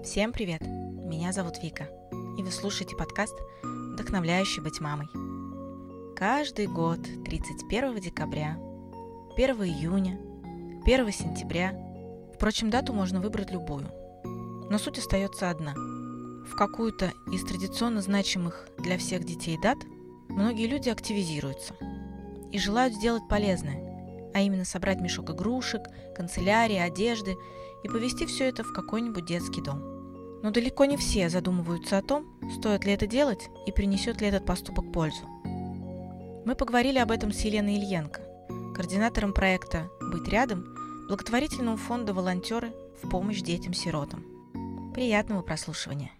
Всем привет! Меня зовут Вика, и вы слушаете подкаст «Вдохновляющий быть мамой». Каждый год 31 декабря, 1 июня, 1 сентября, впрочем, дату можно выбрать любую, но суть остается одна. В какую-то из традиционно значимых для всех детей дат многие люди активизируются и желают сделать полезное, а именно собрать мешок игрушек, канцелярии, одежды и повезти все это в какой-нибудь детский дом. Но далеко не все задумываются о том, стоит ли это делать и принесет ли этот поступок пользу. Мы поговорили об этом с Еленой Ильенко, координатором проекта «Быть рядом» благотворительного фонда «Волонтеры в помощь детям-сиротам». Приятного прослушивания.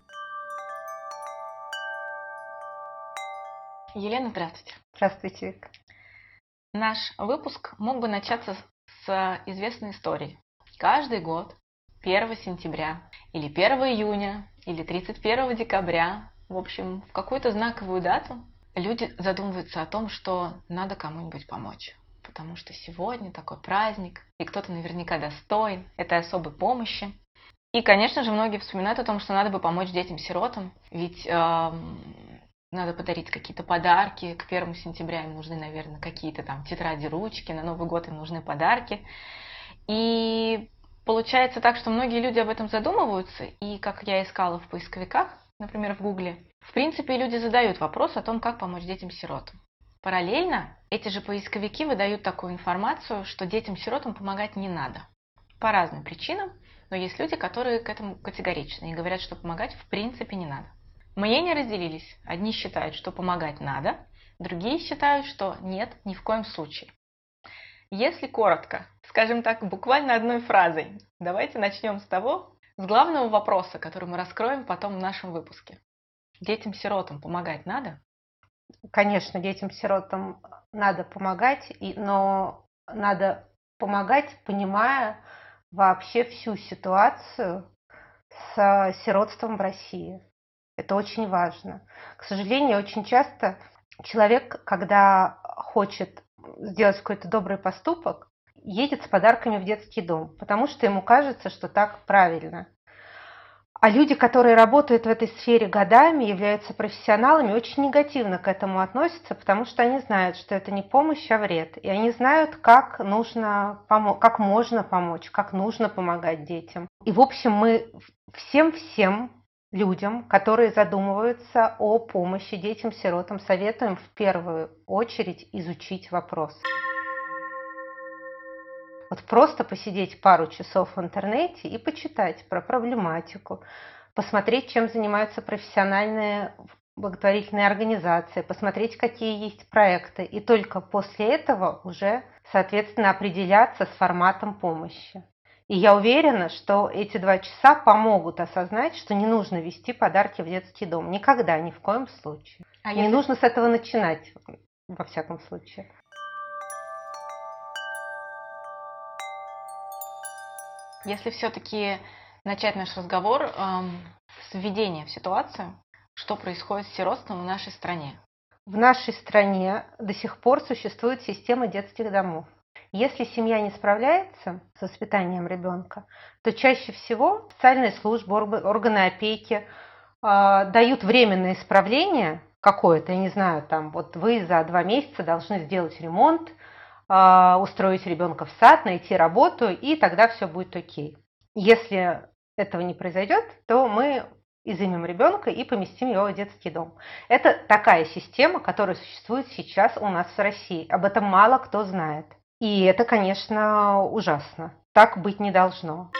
Елена, здравствуйте. Здравствуйте, Вика. Наш выпуск мог бы начаться с известной истории. Каждый год 1 сентября или 1 июня или 31 декабря, в общем, в какую-то знаковую дату люди задумываются о том, что надо кому-нибудь помочь. Потому что сегодня такой праздник, и кто-то наверняка достоин этой особой помощи. И, конечно же, многие вспоминают о том, что надо бы помочь детям-сиротам, ведь надо подарить какие-то подарки. К 1 сентября им нужны, наверное, какие-то там тетради, ручки, на Новый год им нужны подарки. И получается так, что многие люди об этом задумываются, и, как я искала в поисковиках, например, в Гугле, в принципе, люди задают вопрос о том, как помочь детям-сиротам. Параллельно эти же поисковики выдают такую информацию, что детям-сиротам помогать не надо. По разным причинам, но есть люди, которые к этому категоричны и говорят, что помогать в принципе не надо. Мнения разделились. Одни считают, что помогать надо, другие считают, что нет, ни в коем случае. Если коротко, скажем так, буквально одной фразой, давайте начнем с главного вопроса, который мы раскроем потом в нашем выпуске. Детям-сиротам помогать надо? Конечно, детям-сиротам надо помогать, но надо помогать, понимая вообще всю ситуацию с сиротством в России. Это очень важно. К сожалению, очень часто человек, когда хочет сделать какой-то добрый поступок, едет с подарками в детский дом, потому что ему кажется, что так правильно. А люди, которые работают в этой сфере годами, являются профессионалами, очень негативно к этому относятся, потому что они знают, что это не помощь, а вред. И они знают, как можно помочь, как нужно помогать детям. И, в общем, мы всем людям, которые задумываются о помощи детям-сиротам, советуем в первую очередь изучить вопрос. Вот просто посидеть пару часов в интернете и почитать про проблематику, посмотреть, чем занимаются профессиональные благотворительные организации, посмотреть, какие есть проекты, и только после этого уже, соответственно, определяться с форматом помощи. И я уверена, что эти 2 часа помогут осознать, что не нужно везти подарки в детский дом. Никогда, ни в коем случае. Не нужно с этого начинать, во всяком случае. Если все-таки начать наш разговор с введения в ситуацию, что происходит с сиротством в нашей стране? В нашей стране до сих пор существует система детских домов. Если семья не справляется с воспитанием ребенка, то чаще всего социальные службы, органы опеки дают временное исправление какое-то, я не знаю, там вот вы за 2 месяца должны сделать ремонт, устроить ребенка в сад, найти работу, и тогда все будет окей. Если этого не произойдет, то мы изымем ребенка и поместим его в детский дом. Это такая система, которая существует сейчас у нас в России. Об этом мало кто знает. И это, конечно, ужасно. Так быть не должно.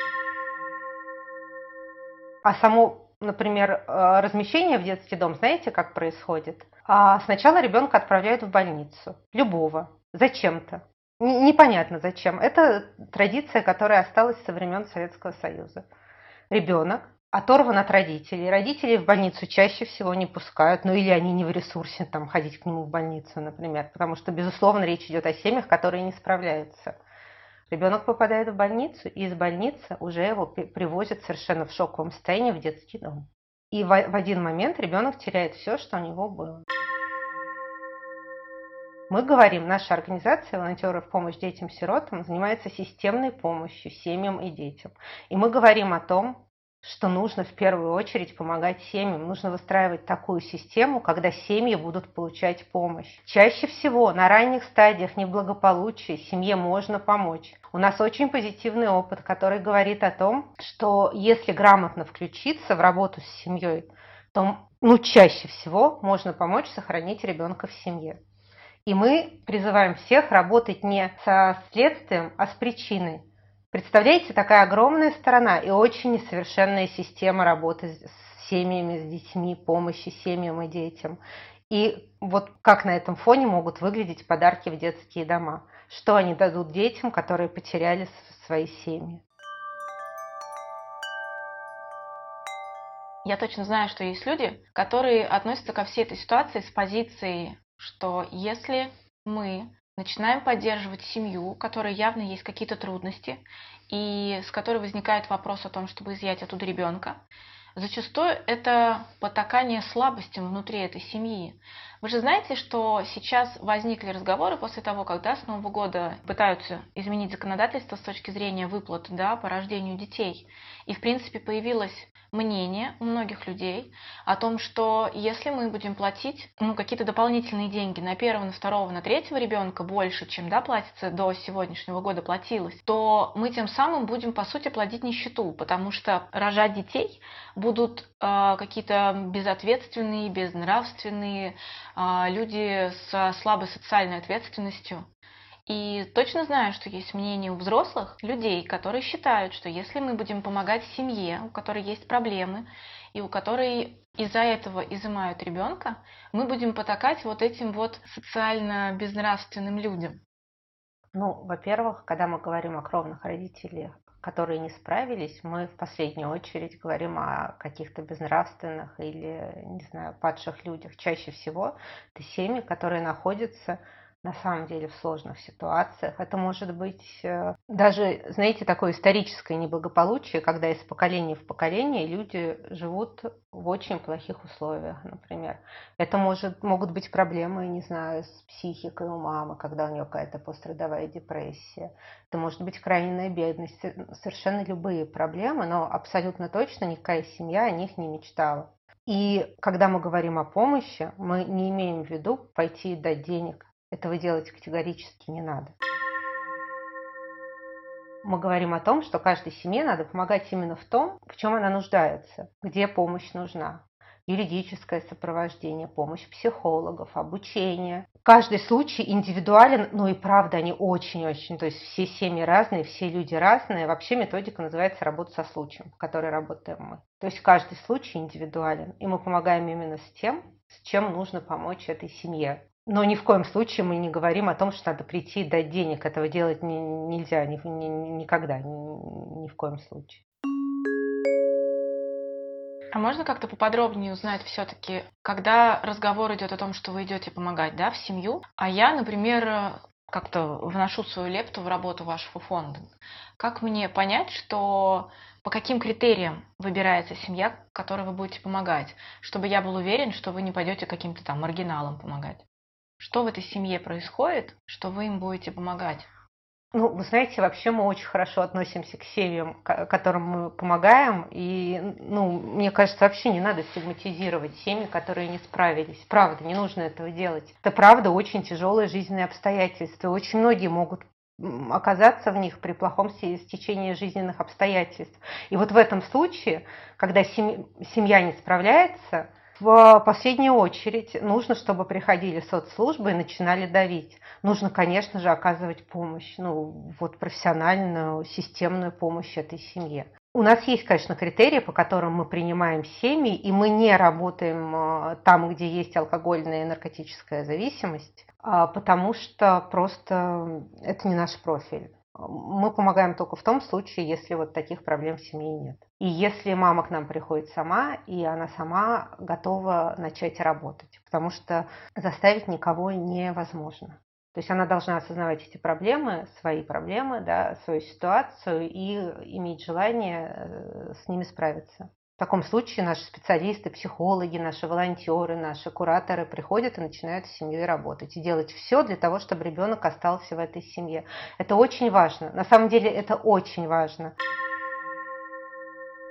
А само, например, размещение в детский дом, знаете, как происходит? Сначала ребенка отправляют в больницу. Любого. Зачем-то. Непонятно зачем. Это традиция, которая осталась со времен Советского Союза. Ребенок оторван от родителей. Родители в больницу чаще всего не пускают, ну или они не в ресурсе там, ходить к нему в больницу, например, потому что, безусловно, речь идет о семьях, которые не справляются. Ребенок попадает в больницу, и из больницы уже его привозят совершенно в шоковом состоянии в детский дом. И в один момент ребенок теряет все, что у него было. Мы говорим, наша организация «Волонтеры в помощь детям-сиротам» занимается системной помощью семьям и детям. И мы говорим о том, что нужно в первую очередь помогать семьям. Нужно выстраивать такую систему, когда семьи будут получать помощь. Чаще всего на ранних стадиях неблагополучия семье можно помочь. У нас очень позитивный опыт, который говорит о том, что если грамотно включиться в работу с семьей, то чаще всего можно помочь сохранить ребенка в семье. И мы призываем всех работать не со следствием, а с причиной. Представляете, такая огромная сторона и очень несовершенная система работы с семьями, с детьми, помощи семьям и детям. И вот как на этом фоне могут выглядеть подарки в детские дома? Что они дадут детям, которые потеряли свои семьи? Я точно знаю, что есть люди, которые относятся ко всей этой ситуации с позиции, что если мы начинаем поддерживать семью, у которой явно есть какие-то трудности, и с которой возникает вопрос о том, чтобы изъять оттуда ребенка, зачастую это потакание слабостям внутри этой семьи. Вы же знаете, что сейчас возникли разговоры после того, когда с Нового года пытаются изменить законодательство с точки зрения выплат, да, по рождению детей. И, в принципе, появилось мнение у многих людей о том, что если мы будем платить какие-то дополнительные деньги на первого, на второго, на третьего ребенка больше, чем платится до сегодняшнего года платилось, то мы тем самым будем, по сути, плодить нищету, потому что рожать детей будут какие-то безответственные, безнравственные люди со слабой социальной ответственностью. И точно знаю, что есть мнение у взрослых людей, которые считают, что если мы будем помогать семье, у которой есть проблемы, и у которой из-за этого изымают ребенка, мы будем потакать вот этим вот социально безнравственным людям. Во-первых, когда мы говорим о кровных родителях, которые не справились, мы в последнюю очередь говорим о каких-то безнравственных или, не знаю, падших людях. Чаще всего это семьи, которые находятся на самом деле в сложных ситуациях. Это может быть даже, знаете, такое историческое неблагополучие, когда из поколения в поколение люди живут в очень плохих условиях, например. Это могут быть проблемы, не знаю, с психикой у мамы, когда у нее какая-то пострадовая депрессия. Это может быть крайняя бедность, совершенно любые проблемы, но абсолютно точно никакая семья о них не мечтала. И когда мы говорим о помощи, мы не имеем в виду пойти и дать денег. Этого делать категорически не надо. Мы говорим о том, что каждой семье надо помогать именно в том, в чем она нуждается, где помощь нужна. Юридическое сопровождение, помощь психологов, обучение. Каждый случай индивидуален, и правда они очень-очень, то есть все семьи разные, все люди разные. Вообще методика называется «Работа со случаем», в которой работаем мы. То есть каждый случай индивидуален, и мы помогаем именно с тем, с чем нужно помочь этой семье. Но ни в коем случае мы не говорим о том, что надо прийти и дать денег. Этого делать нельзя никогда, ни в коем случае. А можно как-то поподробнее узнать все-таки, когда разговор идет о том, что вы идете помогать, да, в семью, а я, например, как-то вношу свою лепту в работу вашего фонда. Как мне понять, что по каким критериям выбирается семья, которой вы будете помогать, чтобы я был уверен, что вы не пойдете каким-то там маргиналам помогать? Что в этой семье происходит, что вы им будете помогать? Вы знаете, вообще мы очень хорошо относимся к семьям, которым мы помогаем. И, мне кажется, вообще не надо стигматизировать семьи, которые не справились. Правда, не нужно этого делать. Это правда очень тяжелые жизненные обстоятельства. Очень многие могут оказаться в них при плохом стечении жизненных обстоятельств. И вот в этом случае, когда семья не справляется, в последнюю очередь нужно, чтобы приходили соцслужбы и начинали давить. Нужно, конечно же, оказывать помощь, профессиональную, системную помощь этой семье. У нас есть, конечно, критерии, по которым мы принимаем семьи, и мы не работаем там, где есть алкогольная и наркотическая зависимость, потому что просто это не наш профиль. Мы помогаем только в том случае, если вот таких проблем в семье нет. И если мама к нам приходит сама, и она сама готова начать работать, потому что заставить никого невозможно. То есть она должна осознавать эти проблемы, да, свою ситуацию и иметь желание с ними справиться. В таком случае наши специалисты, психологи, наши волонтеры, наши кураторы приходят и начинают с семьей работать. И делать все для того, чтобы ребенок остался в этой семье. Это очень важно. На самом деле это очень важно.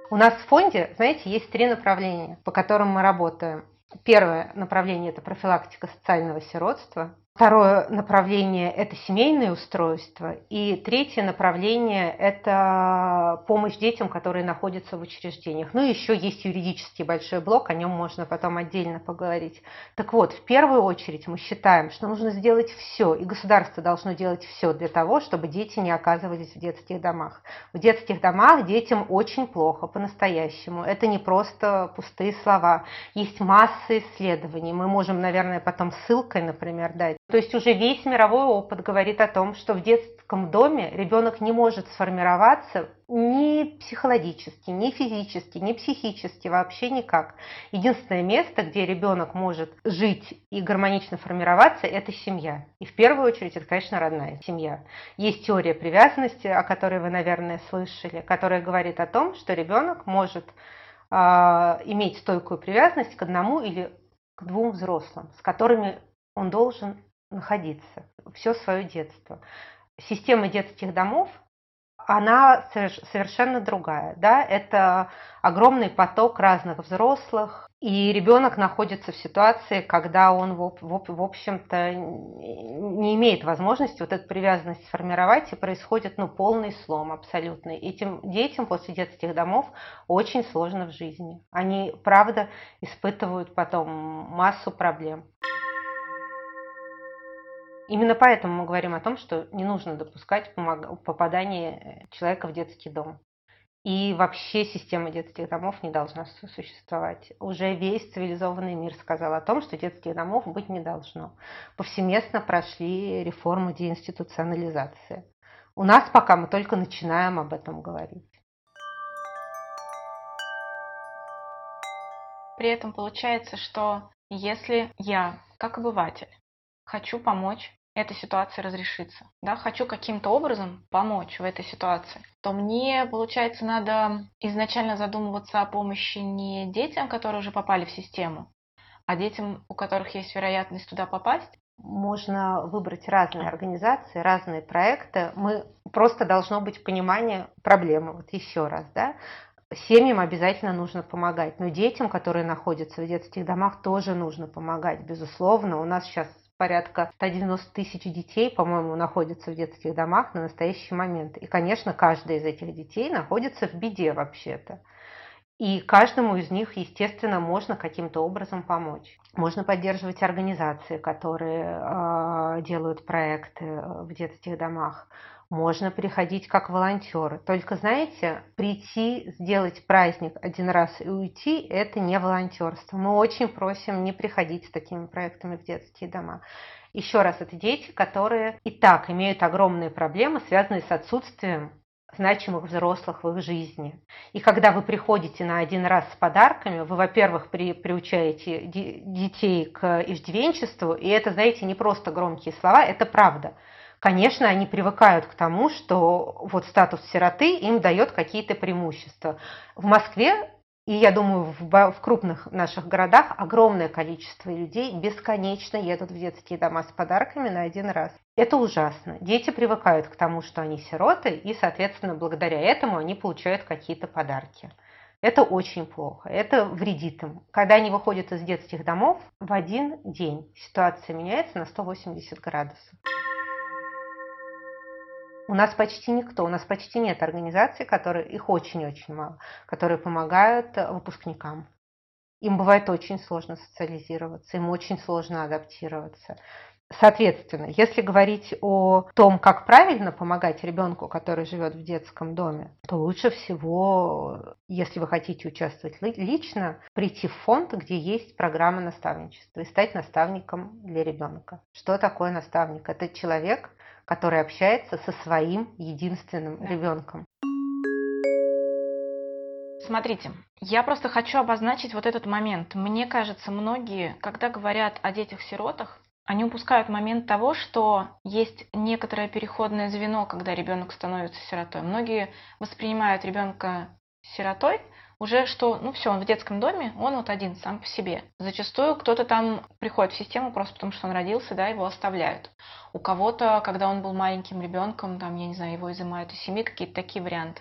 У нас в фонде, знаете, есть 3 направления, по которым мы работаем. Первое направление – это профилактика социального сиротства. Второе направление – это семейное устройство. И третье направление – это помощь детям, которые находятся в учреждениях. Ну и еще есть юридический большой блок, о нем можно потом отдельно поговорить. Так вот, в первую очередь мы считаем, что нужно сделать все, и государство должно делать все для того, чтобы дети не оказывались в детских домах. В детских домах детям очень плохо, по-настоящему. Это не просто пустые слова. Есть масса исследований. Мы можем, наверное, потом ссылкой, например, дать. То есть уже весь мировой опыт говорит о том, что в детском доме ребенок не может сформироваться ни психологически, ни физически, ни психически, вообще никак. Единственное место, где ребенок может жить и гармонично формироваться, это семья. И в первую очередь это, конечно, родная семья. Есть теория привязанности, о которой вы, наверное, слышали, которая говорит о том, что ребенок может иметь стойкую привязанность к одному или к двум взрослым, с которыми он должен находиться все свое детство. Система детских домов, она совершенно другая. Да? Это огромный поток разных взрослых, и ребенок находится в ситуации, когда он, в общем-то, не имеет возможности вот эту привязанность сформировать, и происходит полный слом абсолютный. Этим детям после детских домов очень сложно в жизни. Они, правда, испытывают потом массу проблем. Именно поэтому мы говорим о том, что не нужно допускать попадание человека в детский дом. И вообще система детских домов не должна существовать. Уже весь цивилизованный мир сказал о том, что детских домов быть не должно. Повсеместно прошли реформу деинституционализации. У нас пока мы только начинаем об этом говорить. При этом получается, что если я, как обыватель, хочу помочь этой ситуации разрешиться, да, хочу каким-то образом помочь в этой ситуации, то мне, получается, надо изначально задумываться о помощи не детям, которые уже попали в систему, а детям, у которых есть вероятность туда попасть. Можно выбрать разные организации, разные проекты. Просто должно быть понимание проблемы. Вот еще раз, да. Семьям обязательно нужно помогать, но детям, которые находятся в детских домах, тоже нужно помогать, безусловно. У нас сейчас порядка 190 тысяч детей, по-моему, находятся в детских домах на настоящий момент. И, конечно, каждый из этих детей находится в беде вообще-то. И каждому из них, естественно, можно каким-то образом помочь. Можно поддерживать организации, которые делают проекты в детских домах. Можно приходить как волонтеры. Только, знаете, прийти, сделать праздник один раз и уйти – это не волонтерство. Мы очень просим не приходить с такими проектами в детские дома. Еще раз, это дети, которые и так имеют огромные проблемы, связанные с отсутствием значимых взрослых в их жизни. И когда вы приходите на один раз с подарками, вы, во-первых, приучаете детей к иждивенчеству, и это, знаете, не просто громкие слова, это правда. Конечно, они привыкают к тому, что вот статус сироты им дает какие-то преимущества. В Москве, и я думаю, в крупных наших городах огромное количество людей бесконечно едут в детские дома с подарками на один раз. Это ужасно. Дети привыкают к тому, что они сироты, и, соответственно, благодаря этому они получают какие-то подарки. Это очень плохо, это вредит им. Когда они выходят из детских домов, в один день ситуация меняется на 180 градусов. У нас почти нет организаций, их очень-очень мало, которые помогают выпускникам. Им бывает очень сложно социализироваться, им очень сложно адаптироваться. Соответственно, если говорить о том, как правильно помогать ребенку, который живет в детском доме, то лучше всего, если вы хотите участвовать лично, прийти в фонд, где есть программа наставничества, и стать наставником для ребенка. Что такое наставник? Это человек, который общается со своим единственным ребенком. Смотрите, я просто хочу обозначить вот этот момент. Мне кажется, многие, когда говорят о детях-сиротах, они упускают момент того, что есть некоторое переходное звено, когда ребенок становится сиротой. Многие воспринимают ребенка сиротой уже, что, все, он в детском доме, он вот один, сам по себе. Зачастую кто-то там приходит в систему просто потому, что он родился, да, его оставляют. У кого-то, когда он был маленьким ребенком, там, я не знаю, его изымают из семьи, какие-то такие варианты.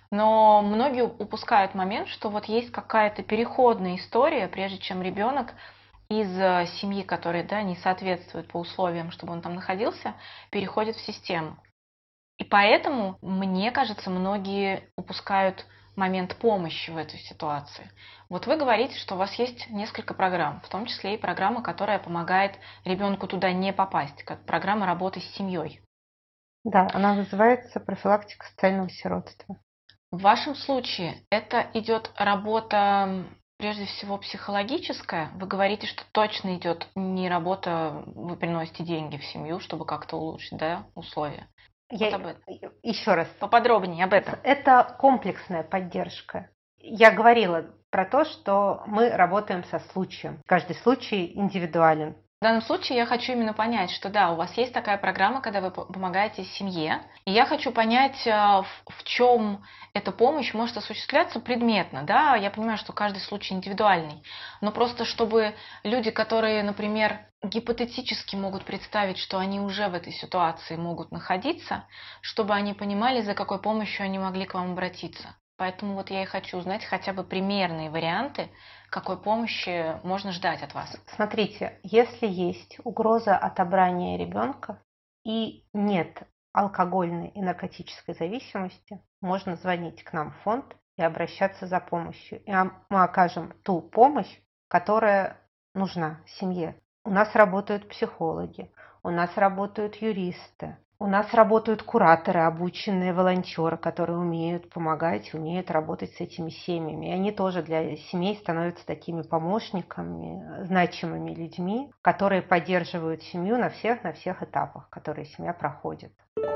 Но многие упускают момент, что вот есть какая-то переходная история, прежде чем ребенок из семьи, которая, да, не соответствует по условиям, чтобы он там находился, переходит в систему. И поэтому, мне кажется, многие упускают момент помощи в этой ситуации. Вот вы говорите, что у вас есть несколько программ, в том числе и программа, которая помогает ребенку туда не попасть, как программа работы с семьей. Да, она называется профилактика социального сиротства. В вашем случае это идет работа, прежде всего, психологическая. Вы говорите, что точно идет не работа, вы приносите деньги в семью, чтобы как-то улучшить, да, условия. Вот об этом. Еще раз, Поподробнее об этом. это комплексная поддержка. Я говорила про то, что мы работаем со случаем. Каждый случай индивидуален. В данном случае я хочу именно понять, что да, у вас есть такая программа, когда вы помогаете семье, и я хочу понять, в чем эта помощь может осуществляться предметно, да, я понимаю, что каждый случай индивидуальный, но просто чтобы люди, которые, например, гипотетически могут представить, что они уже в этой ситуации могут находиться, чтобы они понимали, за какой помощью они могли к вам обратиться. Поэтому вот я и хочу узнать хотя бы примерные варианты, какой помощи можно ждать от вас. Смотрите, если есть угроза отобрания ребенка и нет алкогольной и наркотической зависимости, можно звонить к нам в фонд и обращаться за помощью. И мы окажем ту помощь, которая нужна семье. У нас работают психологи, у нас работают юристы, у нас работают кураторы, обученные волонтеры, которые умеют помогать, умеют работать с этими семьями. И они тоже для семей становятся такими помощниками, значимыми людьми, которые поддерживают семью на всех этапах, которые семья проходит.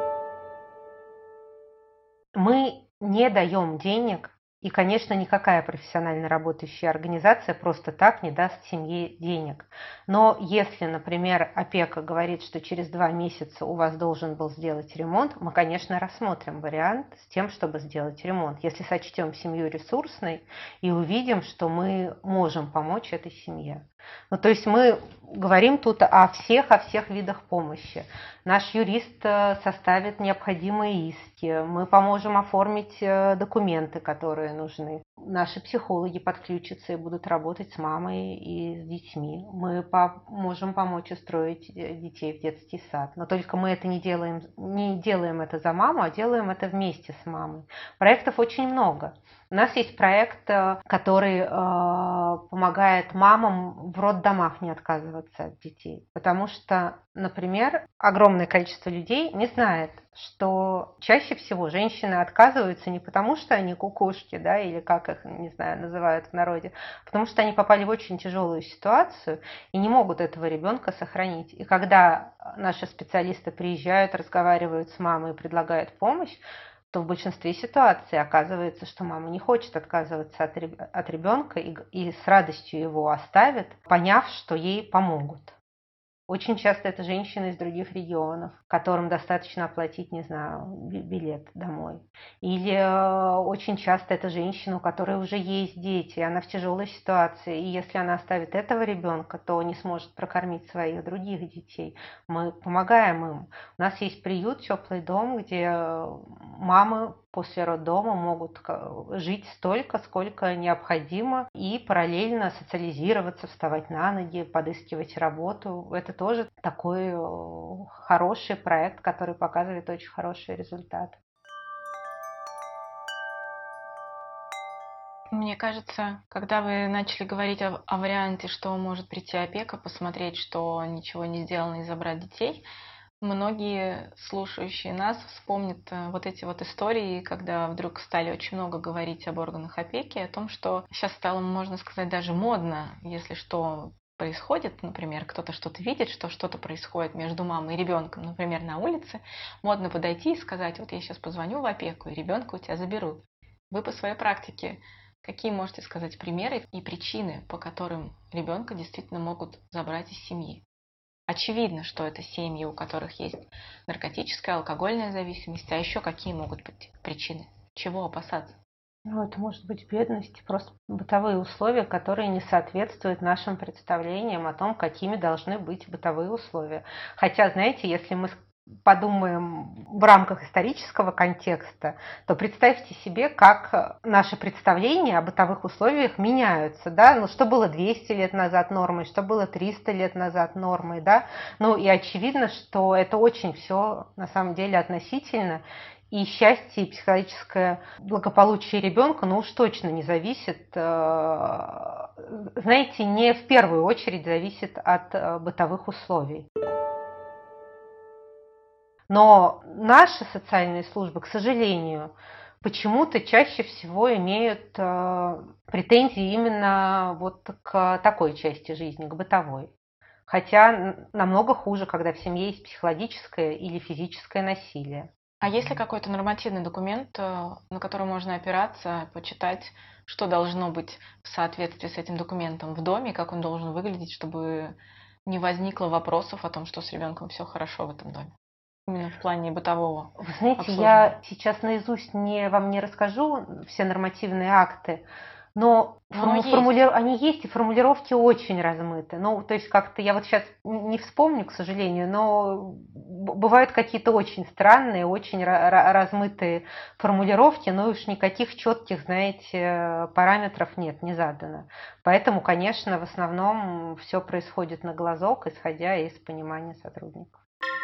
Мы не даем денег, и, конечно, никакая профессионально работающая организация просто так не даст семье денег. Но если, например, опека говорит, что через 2 месяца у вас должен был сделать ремонт, мы, конечно, рассмотрим вариант с тем, чтобы сделать ремонт. Если сочтем семью ресурсной и увидим, что мы можем помочь этой семье. Ну, то есть мы говорим тут о всех видах помощи. Наш юрист составит необходимые иски, мы поможем оформить документы, которые нужны. Наши психологи подключатся и будут работать с мамой и с детьми. Мы можем помочь устроить детей в детский сад. Но только мы это не делаем это за маму, а делаем это вместе с мамой. Проектов очень много. У нас есть проект, который помогает мамам в роддомах не отказываться от детей. Потому что, например, огромное количество людей не знает, что чаще всего женщины отказываются не потому, что они кукушки, да, или как их, не знаю, называют в народе, а потому что они попали в очень тяжелую ситуацию и не могут этого ребенка сохранить. И когда наши специалисты приезжают, разговаривают с мамой и предлагают помощь, то в большинстве ситуаций оказывается, что мама не хочет отказываться от ребенка и с радостью его оставит, поняв, что ей помогут. Очень часто это женщины из других регионов, которым достаточно оплатить, не знаю, билет домой. Или очень часто это женщина, у которой уже есть дети, и она в тяжелой ситуации. И если она оставит этого ребенка, то не сможет прокормить своих других детей. Мы помогаем им. У нас есть приют «Теплый дом», где мамы после роддома могут жить столько, сколько необходимо, и параллельно социализироваться, вставать на ноги, подыскивать работу. Это тоже такой хороший проект, который показывает очень хороший результат. Мне кажется, когда вы начали говорить о варианте, что может прийти опека, посмотреть, что ничего не сделано и забрать детей, многие слушающие нас вспомнят вот эти вот истории, когда вдруг стали очень много говорить об органах опеки, о том, что сейчас стало, можно сказать, даже модно, если что происходит, например, кто-то что-то видит, что что-то происходит между мамой и ребенком, например, на улице, модно подойти и сказать: вот я сейчас позвоню в опеку, и ребенка у тебя заберут. Вы по своей практике какие можете сказать примеры и причины, по которым ребенка действительно могут забрать из семьи? Очевидно, что это семьи, у которых есть наркотическая, алкогольная зависимость, а еще какие могут быть причины? Чего опасаться? Ну, это может быть бедность, просто бытовые условия, которые не соответствуют нашим представлениям о том, какими должны быть бытовые условия. Хотя, знаете, если мы подумаем в рамках исторического контекста, то представьте себе, как наши представления о бытовых условиях меняются, да, ну, что было 200 лет назад нормой, что было 300 лет назад нормой, да, ну, и очевидно, что это очень все на самом деле относительно, и счастье и психологическое благополучие ребенка, ну уж точно не зависит, знаете, не в первую очередь зависит от бытовых условий. Но наши социальные службы, к сожалению, почему-то чаще всего имеют претензии именно вот к такой части жизни, к бытовой. Хотя намного хуже, когда в семье есть психологическое или физическое насилие. А есть ли какой-то нормативный документ, на который можно опираться, почитать, что должно быть в соответствии с этим документом в доме, как он должен выглядеть, чтобы не возникло вопросов о том, что с ребенком все хорошо в этом доме? Именно в плане бытового Вы знаете, обслуживания. я сейчас наизусть вам не расскажу все нормативные акты, но Но оно есть. они есть, и формулировки очень размыты. Ну, то есть как-то я вот сейчас не вспомню, к сожалению, но бывают какие-то очень странные, очень размытые формулировки, но уж никаких четких, знаете, параметров нет, не задано. Поэтому, конечно, в основном все происходит на глазок, исходя из понимания сотрудников.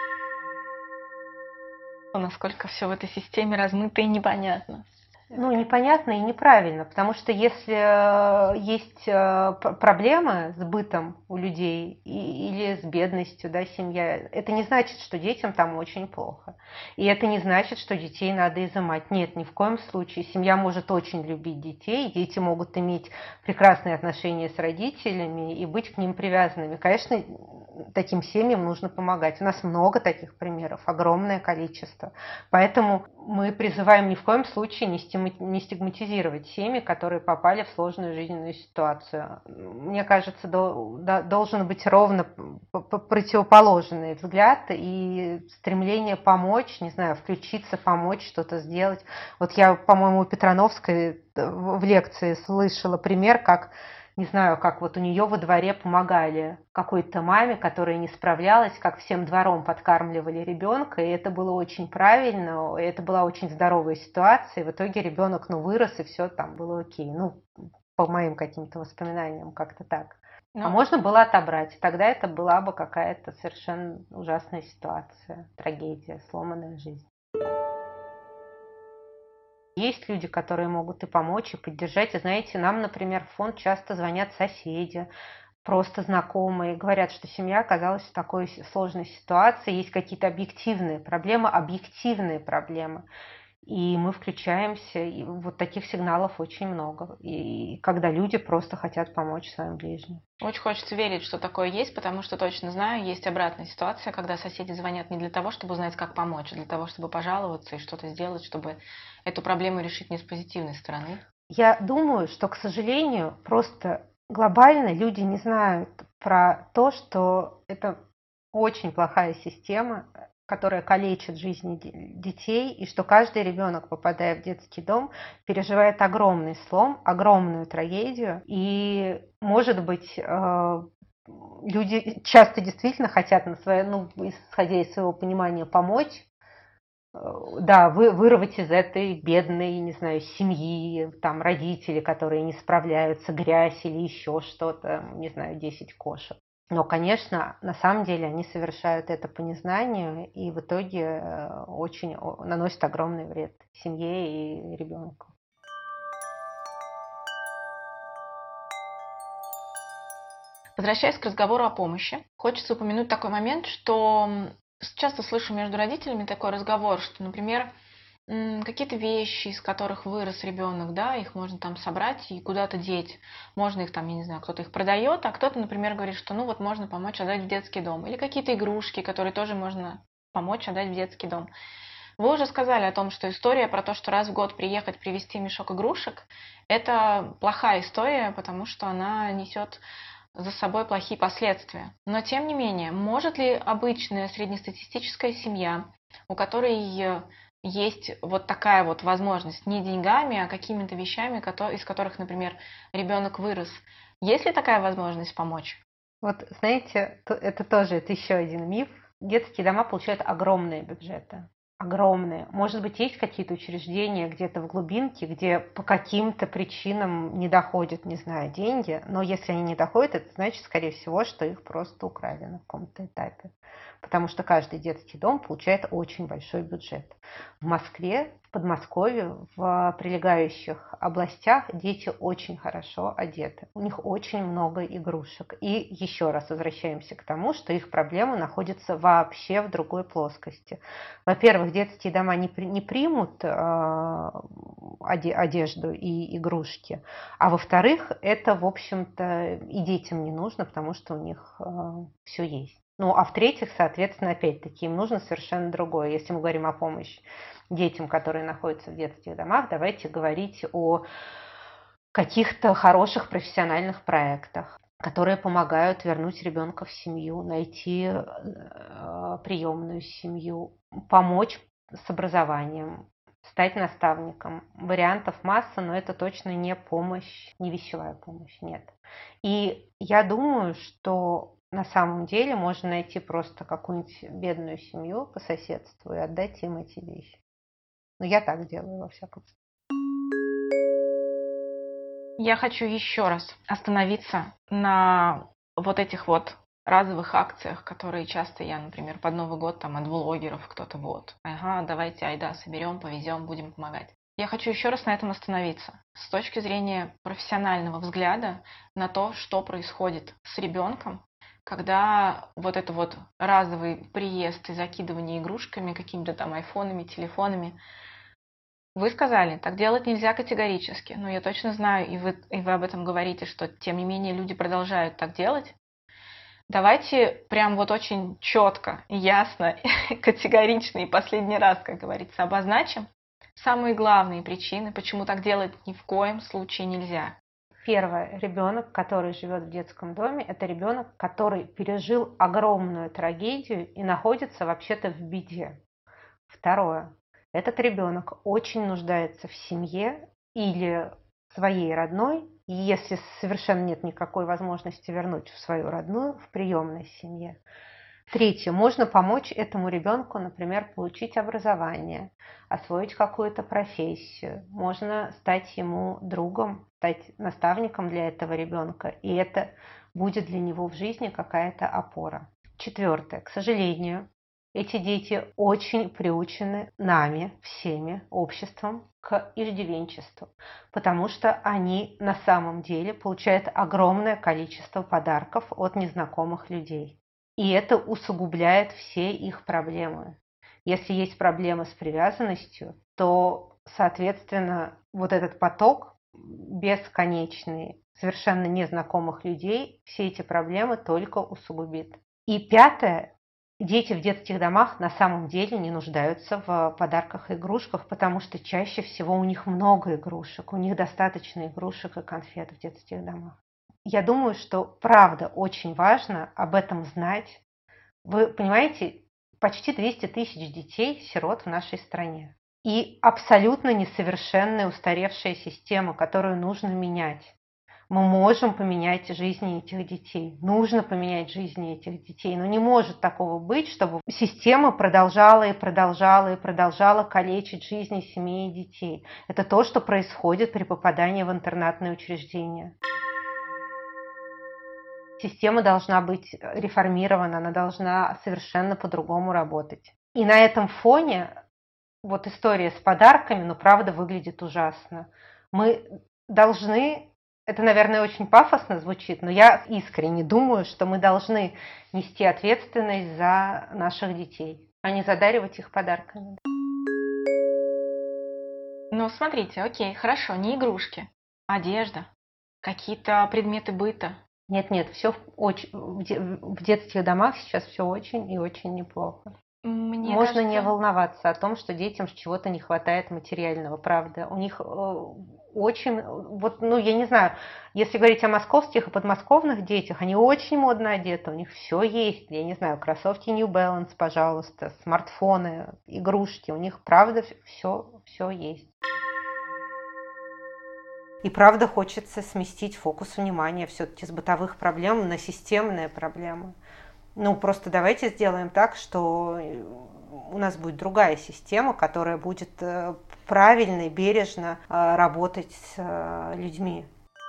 Насколько все в этой системе размыто и непонятно. Ну, непонятно и неправильно, потому что если есть проблемы с бытом у людей или с бедностью, да, семья, это не значит, что детям там очень плохо. И это не значит, что детей надо изымать. Нет, ни в коем случае. Семья может очень любить детей, дети могут иметь прекрасные отношения с родителями и быть к ним привязанными. Конечно, таким семьям нужно помогать. У нас много таких примеров, огромное количество. Поэтому мы призываем ни в коем случае не стигматизировать семьи, которые попали в сложную жизненную ситуацию. Мне кажется, должен быть ровно противоположный взгляд и стремление помочь, не знаю, включиться, помочь, что-то сделать. Вот я, по-моему, у Петрановской в лекции слышала пример, как не знаю, как вот у нее во дворе помогали какой-то маме, которая не справлялась, как всем двором подкармливали ребенка, и это было очень правильно, и это была очень здоровая ситуация, и в итоге ребенок, ну, вырос, и все там было окей. Ну, по моим каким-то воспоминаниям, как-то так. А Но можно было отобрать, тогда это была бы какая-то совершенно ужасная ситуация, трагедия, сломанная жизнь. Есть люди, которые могут и помочь, и поддержать. И знаете, нам, например, в фонд часто звонят соседи, просто знакомые, говорят, что семья оказалась в такой сложной ситуации, есть какие-то объективные проблемы. И мы включаемся, и вот таких сигналов очень много. И когда люди просто хотят помочь своим ближним. очень хочется верить, что такое есть, потому что точно знаю, есть обратная ситуация, когда соседи звонят не для того, чтобы узнать, как помочь, а для того, чтобы пожаловаться и что-то сделать, чтобы эту проблему решить не с позитивной стороны. Я думаю, что, к сожалению, просто глобально люди не знают про то, что это очень плохая система, которая калечит жизни детей, и что каждый ребенок, попадая в детский дом, переживает огромный слом, огромную трагедию, и, может быть, люди часто действительно хотят исходя из своего понимания, помочь, да, вырвать из этой бедной, не знаю, семьи, там, родители, которые не справляются, грязь или еще что-то, не знаю, 10 кошек. Но, конечно, на самом деле они совершают это по незнанию и в итоге очень наносят огромный вред семье и ребенку. Возвращаясь к разговору о помощи, хочется упомянуть такой момент, что часто слышу между родителями такой разговор, что, например, какие-то вещи, из которых вырос ребенок, да, их можно там собрать и куда-то деть. Можно их там, я не знаю, кто-то их продает, а кто-то, например, говорит, что ну вот можно помочь отдать в детский дом. Или какие-то игрушки, которые тоже можно помочь отдать в детский дом. Вы уже сказали о том, что история про то, что раз в год приехать, привезти мешок игрушек, это плохая история, потому что она несет за собой плохие последствия. Но тем не менее, может ли обычная среднестатистическая семья, у которой есть вот такая вот возможность не деньгами, а какими-то вещами, из которых, например, ребенок вырос, есть ли такая возможность помочь? Вот, знаете, это тоже это еще один миф, детские дома получают огромные бюджеты. Огромные. Может быть, есть какие-то учреждения где-то в глубинке, где по каким-то причинам не доходят, не знаю, деньги, но если они не доходят, это значит, скорее всего, что их просто украли на каком-то этапе. Потому что каждый детский дом получает очень большой бюджет. В Москве, в Подмосковье, в прилегающих областях дети очень хорошо одеты. У них очень много игрушек. И еще раз возвращаемся к тому, что их проблемы находятся вообще в другой плоскости. Во-первых, детские дома не примут одежду и игрушки. А во-вторых, это, в общем-то, и детям не нужно, потому что у них все есть. Ну, а в-третьих, соответственно, опять-таки, им нужно совершенно другое. Если мы говорим о помощи детям, которые находятся в детских домах, давайте говорить о каких-то хороших профессиональных проектах, которые помогают вернуть ребенка в семью, найти приемную семью, помочь с образованием, стать наставником. Вариантов масса, но это точно не помощь, не вещевая помощь, нет. И я думаю, что на самом деле можно найти просто какую-нибудь бедную семью по соседству и отдать им эти вещи. Но я так делаю, во всяком случае. Я хочу еще раз остановиться на вот этих вот разовых акциях, которые часто я, например, под Новый год там от блогеров кто-то вот. Ага, давайте, айда, соберем, повезем, будем помогать. Я хочу еще раз на этом остановиться. С точки зрения профессионального взгляда на то, что происходит с ребенком, когда вот это вот разовый приезд и закидывание игрушками, какими-то там айфонами, телефонами. Вы сказали, так делать нельзя категорически, но я точно знаю, и вы об этом говорите, что тем не менее люди продолжают так делать. Давайте прям вот очень четко, ясно, категорично и последний раз, как говорится, обозначим самые главные причины, почему так делать ни в коем случае нельзя. Первое. Ребенок, который живет в детском доме, это ребенок, который пережил огромную трагедию и находится вообще-то в беде. Второе. Этот ребенок очень нуждается в семье или своей родной, и если совершенно нет никакой возможности вернуть в свою родную, в приемной семье. Третье. Можно помочь этому ребенку, например, получить образование, освоить какую-то профессию. Можно стать ему другом, стать наставником для этого ребенка, и это будет для него в жизни какая-то опора. Четвертое. К сожалению, эти дети очень приучены нами, всеми, обществом, к иждивенчеству, потому что они на самом деле получают огромное количество подарков от незнакомых людей. И это усугубляет все их проблемы. Если есть проблемы с привязанностью, то, соответственно, вот этот поток бесконечный, совершенно незнакомых людей, все эти проблемы только усугубит. И пятое. Дети в детских домах на самом деле не нуждаются в подарках и игрушках, потому что чаще всего у них много игрушек, у них достаточно игрушек и конфет в детских домах. Я думаю, что правда очень важно об этом знать. Вы понимаете, почти 200 тысяч детей-сирот в нашей стране. И абсолютно несовершенная устаревшая система, которую нужно менять. Мы можем поменять жизни этих детей. Нужно поменять жизни этих детей. Но не может такого быть, чтобы система продолжала и продолжала и продолжала калечить жизни семей и детей. Это то, что происходит при попадании в интернатные учреждения. Система должна быть реформирована, она должна совершенно по-другому работать. И на этом фоне вот история с подарками, ну, правда, выглядит ужасно. Мы должны... Это, наверное, очень пафосно звучит, но я искренне думаю, что мы должны нести ответственность за наших детей, а не задаривать их подарками. Ну, смотрите, окей, хорошо, не игрушки, одежда, какие-то предметы быта. Нет, все в детских домах сейчас все очень и очень неплохо. Мне Можно кажется... не волноваться о том, что детям чего-то не хватает материального, правда. У них очень, вот, ну, я не знаю, если говорить о московских и подмосковных детях, они очень модно одеты, у них все есть, я не знаю, кроссовки New Balance, пожалуйста, смартфоны, игрушки, у них, правда, все есть. И правда хочется сместить фокус внимания все-таки с бытовых проблем на системные проблемы. Ну, просто давайте сделаем так, что у нас будет другая система, которая будет правильно и бережно работать с людьми.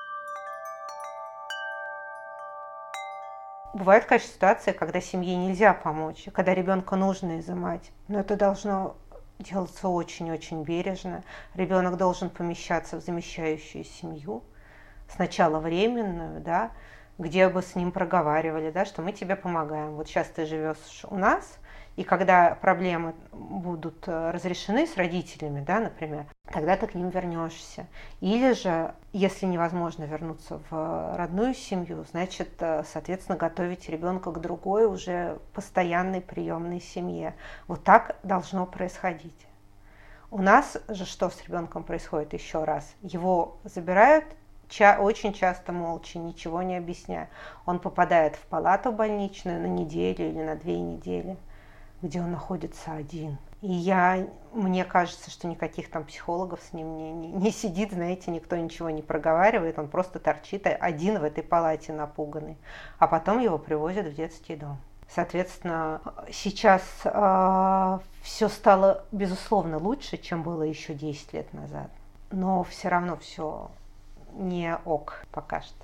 Бывают, конечно, ситуации, когда семье нельзя помочь, когда ребенка нужно изымать, но это должно делаться очень-очень бережно. Ребенок должен помещаться в замещающую семью, сначала временную, да, где бы с ним проговаривали, да, что мы тебе помогаем. Вот сейчас ты живешь у нас, и когда проблемы будут разрешены с родителями, да, например, тогда ты к ним вернешься. Или же, если невозможно вернуться в родную семью, значит, соответственно, готовить ребенка к другой уже постоянной приемной семье. Вот так должно происходить. У нас же что с ребенком происходит еще раз? Его забирают очень часто молча, ничего не объясняя. Он попадает в палату больничную на неделю или на 2 недели, где он находится один. И мне кажется, что никаких там психологов с ним не сидит, знаете, никто ничего не проговаривает, он просто торчит один в этой палате напуганный. А потом его привозят в детский дом. Соответственно, сейчас все стало, безусловно, лучше, чем было еще 10 лет назад. Но все равно все не ок пока что.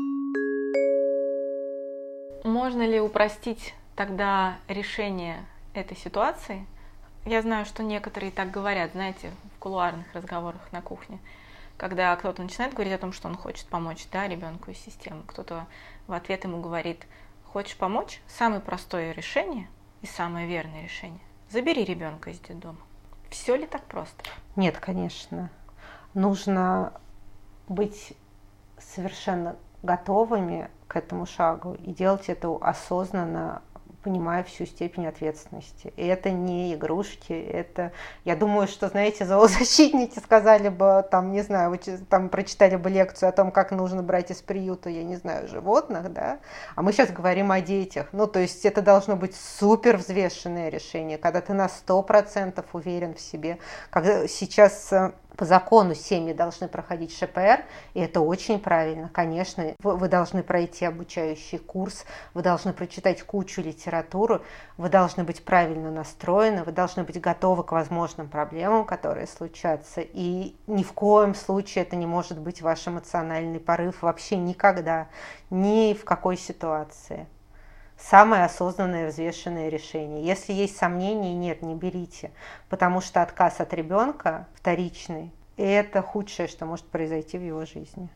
Можно ли упростить тогда решение этой ситуации? Я знаю, что некоторые так говорят, знаете, в кулуарных разговорах на кухне, когда кто-то начинает говорить о том, что он хочет помочь, да, ребенку из системы, кто-то в ответ ему говорит: хочешь помочь? Самое простое решение и самое верное решение – забери ребенка из детдома. Все ли так просто? Нет, конечно. Нужно быть совершенно готовыми к этому шагу и делать это осознанно, понимая всю степень ответственности. И это не игрушки, это, я думаю, что, знаете, зоозащитники сказали бы, там, не знаю, вы там прочитали бы лекцию о том, как нужно брать из приюта, я не знаю, животных, да, а мы сейчас говорим о детях. Ну, то есть это должно быть супер взвешенное решение, когда ты на 100% уверен в себе, когда сейчас по закону семьи должны проходить ШПР, и это очень правильно. Конечно, вы должны пройти обучающий курс, вы должны прочитать кучу литературы, вы должны быть правильно настроены, вы должны быть готовы к возможным проблемам, которые случатся. И ни в коем случае это не может быть ваш эмоциональный порыв вообще никогда, ни в какой ситуации. Самое осознанное, взвешенное решение. Если есть сомнения, нет, не берите, потому что отказ от ребенка вторичный – это худшее, что может произойти в его жизни.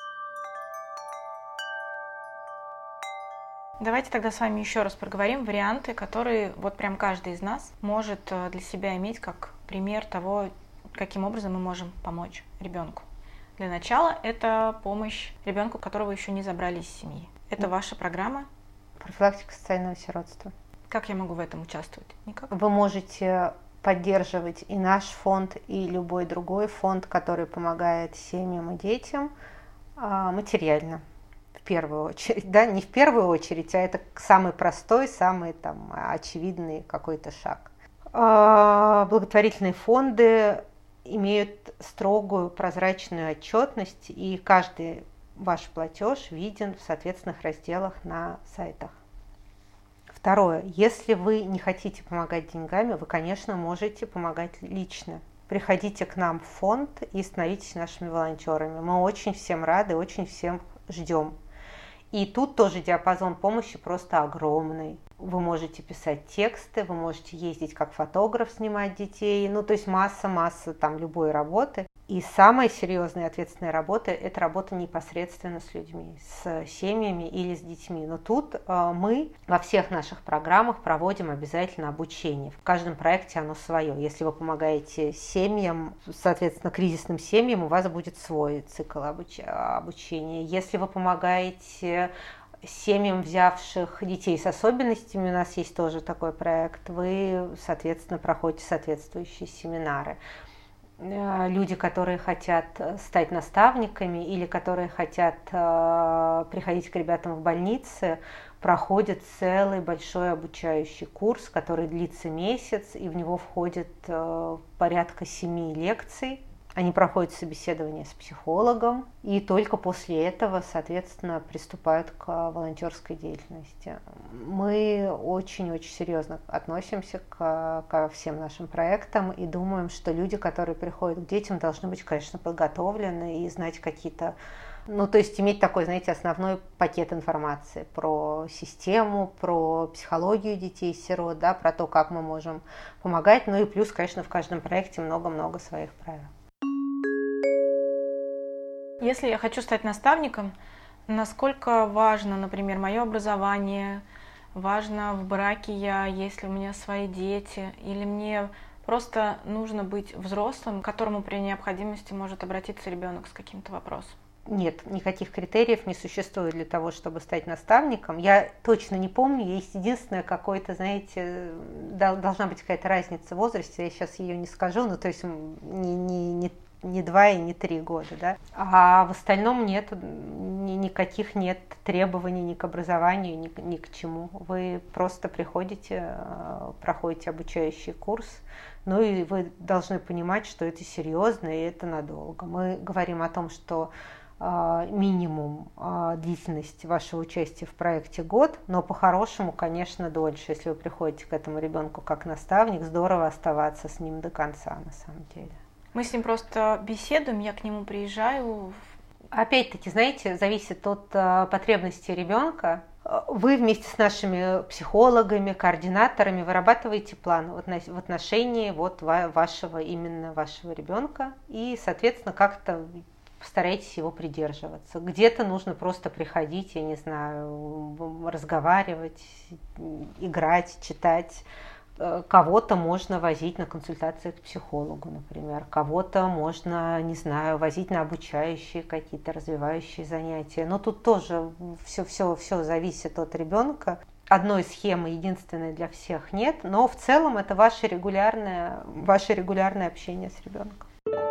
Давайте тогда с вами еще раз проговорим варианты, которые вот прям каждый из нас может для себя иметь как пример того, каким образом мы можем помочь ребенку. Для начала это помощь ребенку, которого еще не забрали из семьи. Это ваша программа профилактика социального сиротства. Как я могу в этом участвовать? Никак? Вы можете поддерживать и наш фонд, и любой другой фонд, который помогает семьям и детям материально, в первую очередь. Да? Не в первую очередь, а это самый простой, самый там, очевидный какой-то шаг. Благотворительные фонды имеют строгую прозрачную отчетность, и каждый ваш платеж виден в соответственных разделах на сайтах. Второе. Если вы не хотите помогать деньгами, вы, конечно, можете помогать лично. Приходите к нам в фонд и становитесь нашими волонтерами. Мы очень всем рады, очень всем ждем. И тут тоже диапазон помощи просто огромный. Вы можете писать тексты, вы можете ездить как фотограф, снимать детей. Ну, то есть масса там любой работы. И самая серьезная и ответственная работа – это работа непосредственно с людьми, с семьями или с детьми. Но тут мы во всех наших программах проводим обязательно обучение. В каждом проекте оно свое. Если вы помогаете семьям, соответственно, кризисным семьям, у вас будет свой цикл обучения. Если вы помогаете семьям, взявших детей с особенностями, у нас есть тоже такой проект, вы, соответственно, проходите соответствующие семинары. Люди, которые хотят стать наставниками или которые хотят приходить к ребятам в больнице, проходят целый большой обучающий курс, который длится месяц, и в него входит порядка 7 лекций. Они проходят собеседование с психологом, и только после этого, соответственно, приступают к волонтерской деятельности. Мы очень-очень серьезно относимся ко всем нашим проектам и думаем, что люди, которые приходят к детям, должны быть, конечно, подготовлены и знать какие-то, то есть иметь такой, знаете, основной пакет информации про систему, про психологию детей-сирот, да, про то, как мы можем помогать, и плюс, конечно, в каждом проекте много-много своих правил. Если я хочу стать наставником, насколько важно, например, мое образование, важно в браке я, есть ли у меня свои дети, или мне просто нужно быть взрослым, к которому при необходимости может обратиться ребенок с каким-то вопросом? Нет, никаких критериев не существует для того, чтобы стать наставником. Я точно не помню, есть единственное какое-то, знаете, должна быть какая-то разница в возрасте, я сейчас ее не скажу, то есть не 2 и не 3 года, да. А в остальном нет, никаких нет требований ни к образованию, ни к чему. Вы просто приходите, проходите обучающий курс, и вы должны понимать, что это серьезно и это надолго. Мы говорим о том, что минимум длительность вашего участия в проекте год, но по-хорошему, конечно, дольше. Если вы приходите к этому ребенку как наставник, здорово оставаться с ним до конца, на самом деле. Мы с ним просто беседуем, я к нему приезжаю. Опять-таки, знаете, зависит от потребностей ребенка. Вы вместе с нашими психологами, координаторами вырабатываете план в отношении вашего ребенка и, соответственно, как-то постарайтесь его придерживаться. Где-то нужно просто приходить, я не знаю, разговаривать, играть, читать. Кого-то можно возить на консультации к психологу, например. Кого-то можно, не знаю, возить на обучающие какие-то развивающие занятия. Но тут тоже все зависит от ребенка. Одной схемы единственной для всех нет, но в целом это ваше регулярное общение с ребенком.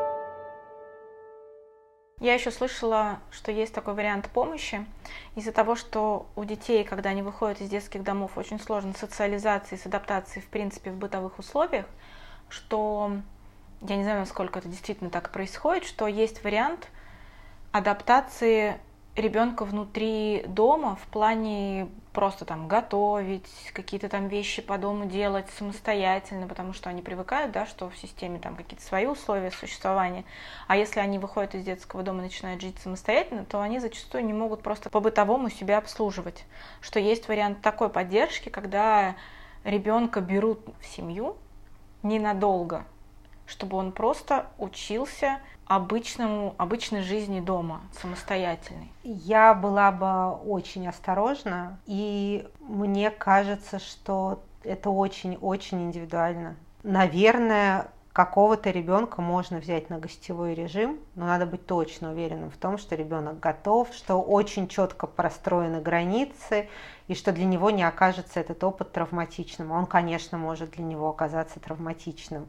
Я еще слышала, что есть такой вариант помощи. Из-за того, что у детей, когда они выходят из детских домов, очень сложно с социализацией, с адаптацией, в принципе, в бытовых условиях, что, я не знаю, насколько это действительно так происходит, что есть вариант адаптации ребенка внутри дома в плане просто там готовить, какие-то там вещи по дому делать самостоятельно, потому что они привыкают, да, что в системе там какие-то свои условия существования. А если они выходят из детского дома и начинают жить самостоятельно, то они зачастую не могут просто по-бытовому себя обслуживать. Что есть вариант такой поддержки, когда ребенка берут в семью ненадолго, чтобы он просто учился обычной жизни дома, самостоятельной. Я была бы очень осторожна, и мне кажется, что это очень-очень индивидуально. Наверное, какого-то ребенка можно взять на гостевой режим, но надо быть точно уверенным в том, что ребенок готов, что очень четко простроены границы, и что для него не окажется этот опыт травматичным. Он, конечно, может для него оказаться травматичным.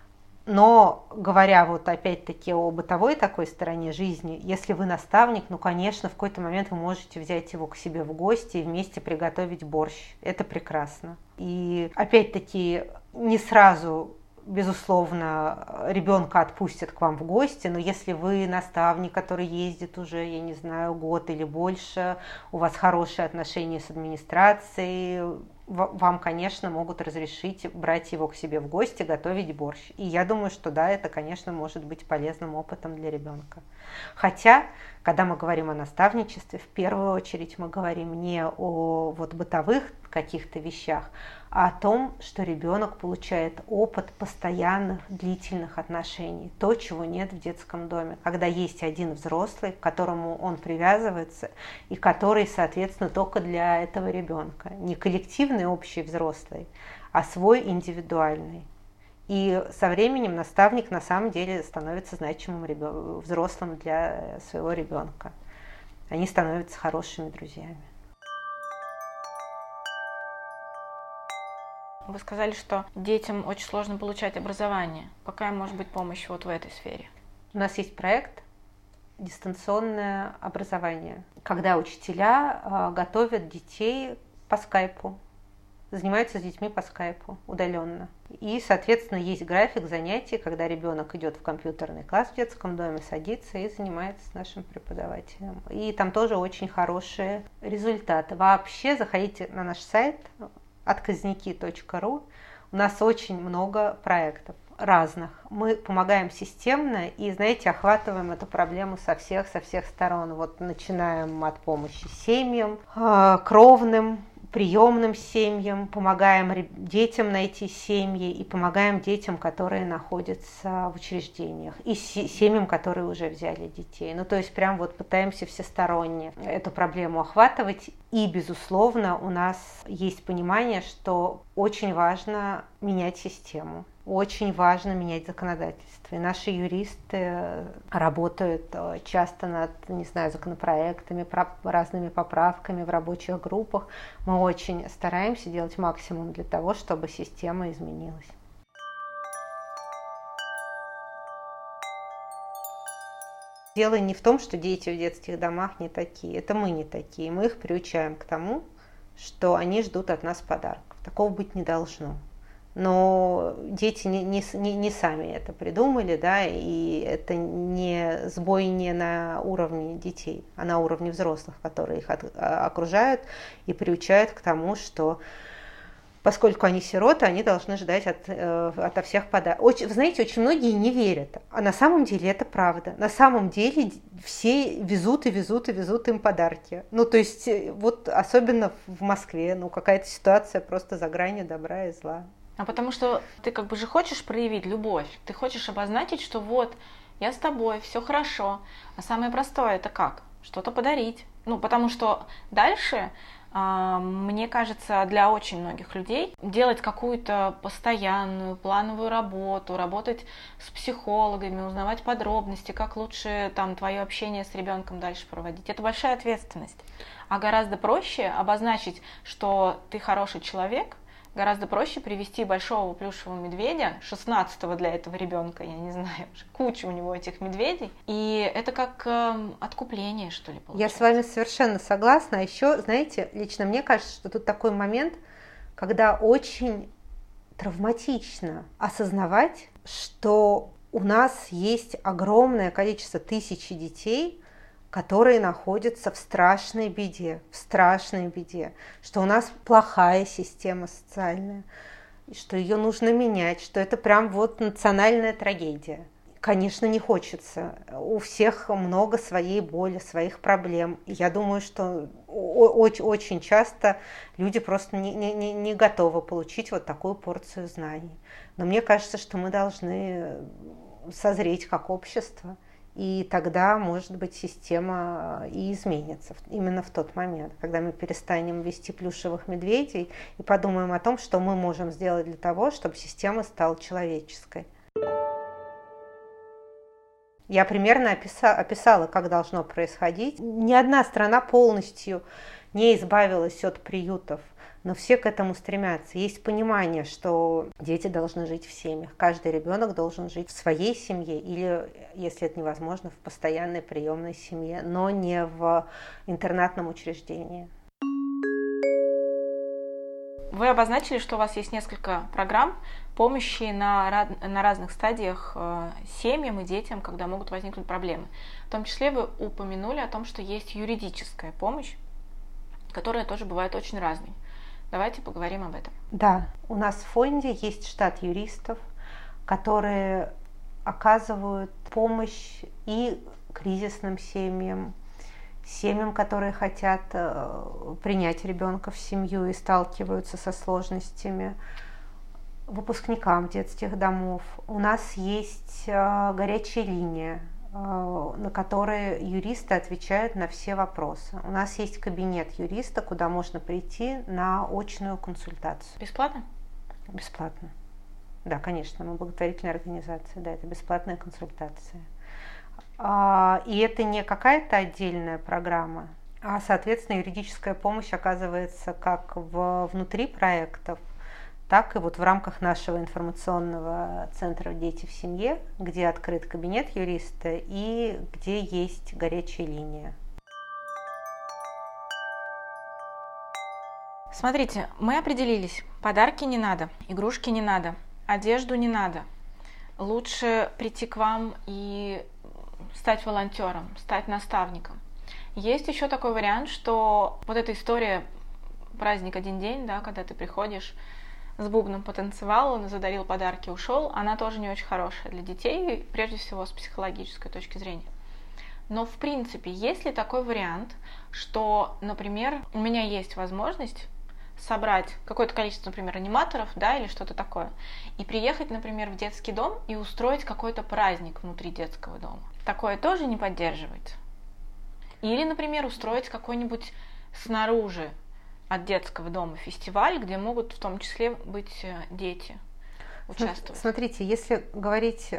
Но говоря опять-таки о бытовой такой стороне жизни, если вы наставник, конечно, в какой-то момент вы можете взять его к себе в гости и вместе приготовить борщ. Это прекрасно. И опять-таки не сразу, безусловно, ребенка отпустят к вам в гости, но если вы наставник, который ездит уже, я не знаю, год или больше, у вас хорошие отношения с администрацией, вам, конечно, могут разрешить брать его к себе в гости, готовить борщ. И я думаю, что да, это, конечно, может быть полезным опытом для ребенка. Хотя, когда мы говорим о наставничестве, в первую очередь мы говорим не о бытовых каких-то вещах, а о том, что ребенок получает опыт постоянных, длительных отношений. То, чего нет в детском доме. Когда есть один взрослый, к которому он привязывается, и который, соответственно, только для этого ребенка. Не коллективный общий взрослый, а свой индивидуальный. И со временем наставник на самом деле становится значимым взрослым для своего ребенка. Они становятся хорошими друзьями. Вы сказали, что детям очень сложно получать образование. Какая может быть помощь в этой сфере? У нас есть проект «Дистанционное образование», когда учителя готовят детей по скайпу. занимаются с детьми по скайпу удаленно. И, соответственно, есть график занятий, когда ребенок идет в компьютерный класс в детском доме, садится и занимается с нашим преподавателем. И там тоже очень хорошие результаты. Вообще, заходите на наш сайт отказники.ру. У нас очень много проектов разных. Мы помогаем системно и, знаете, охватываем эту проблему со всех сторон. Вот начинаем от помощи семьям, кровным, приемным семьям, помогаем детям найти семьи и помогаем детям, которые находятся в учреждениях, и семьям, которые уже взяли детей. Ну, то есть прям вот пытаемся всесторонне эту проблему охватывать. И, безусловно, у нас есть понимание, что очень важно менять систему. Очень важно менять законодательство. И наши юристы работают часто над, не знаю, законопроектами, разными поправками в рабочих группах. Мы очень стараемся делать максимум для того, чтобы система изменилась. Дело не в том, что дети в детских домах не такие. Это мы не такие. Мы их приучаем к тому, что они ждут от нас подарков. Такого быть не должно. Но дети не сами это придумали, да, и это не сбой не на уровне детей, а на уровне взрослых, которые их окружают и приучают к тому, что поскольку они сироты, они должны ждать ото всех подарков. Вы знаете, очень многие не верят, а на самом деле это правда. На самом деле все везут им подарки. Ну, то есть, вот особенно в Москве, ну, какая-то ситуация просто за гранью добра и зла. А потому что ты как бы же хочешь проявить любовь, ты хочешь обозначить, что вот, я с тобой, все хорошо. А самое простое это как? Что-то подарить. Ну, потому что дальше, мне кажется, для очень многих людей делать какую-то постоянную плановую работу, работать с психологами, узнавать подробности, как лучше там твое общение с ребенком дальше проводить. Это большая ответственность. А гораздо проще обозначить, что ты хороший человек. Гораздо проще привести большого плюшевого медведя, 16-го для этого ребенка, я не знаю, куча у него этих медведей. И это как откупление, что ли, получается. Я с вами совершенно согласна. А еще, знаете, лично мне кажется, что тут такой момент, когда очень травматично осознавать, что у нас есть огромное количество тысячи детей, которые находятся в страшной беде, что у нас плохая система социальная, что ее нужно менять, что это прям вот национальная трагедия. Конечно, не хочется. У всех много своей боли, своих проблем. И я думаю, что очень часто люди просто не готовы получить вот такую порцию знаний. Но мне кажется, что мы должны созреть как общество. И тогда, может быть, система и изменится именно в тот момент, когда мы перестанем вести плюшевых медведей и подумаем о том, что мы можем сделать для того, чтобы система стала человеческой. Я примерно описала, как должно происходить. Ни одна страна полностью не избавилась от приютов, но все к этому стремятся. Есть понимание, что дети должны жить в семьях. Каждый ребенок должен жить в своей семье или, если это невозможно, в постоянной приемной семье, но не в интернатном учреждении. Вы обозначили, что у вас есть несколько программ помощи на разных стадиях семьям и детям, когда могут возникнуть проблемы. В том числе вы упомянули о том, что есть юридическая помощь, которая тоже бывает очень разной. Давайте поговорим об этом. Да, у нас в фонде есть штат юристов, которые оказывают помощь и кризисным семьям, которые хотят принять ребенка в семью и сталкиваются со сложностями, выпускникам детских домов. У нас есть горячая линия, на которые юристы отвечают на все вопросы. У нас есть кабинет юриста, куда можно прийти на очную консультацию. Бесплатно? Бесплатно. Да, конечно, мы благотворительная организация, да, это бесплатная консультация. И это не какая-то отдельная программа, а, соответственно, юридическая помощь оказывается как внутри проектов, так и вот в рамках нашего информационного центра «Дети в семье», где открыт кабинет юриста и где есть горячая линия. Смотрите, мы определились. Подарки не надо, игрушки не надо, одежду не надо. Лучше прийти к вам и стать волонтером, стать наставником. Есть еще такой вариант, что вот эта история праздник один день, да, когда ты приходишь с бубном потанцевал, он задарил подарки, ушел, она тоже не очень хорошая для детей, прежде всего с психологической точки зрения. Но в принципе, есть ли такой вариант, что, например, у меня есть возможность собрать какое-то количество, например, аниматоров, да, или что-то такое, и приехать, например, в детский дом и устроить какой-то праздник внутри детского дома. Такое тоже не поддерживается. Или, например, устроить какой-нибудь снаружи от детского дома фестиваль, где могут в том числе быть дети, участвовать. Смотрите, если говорить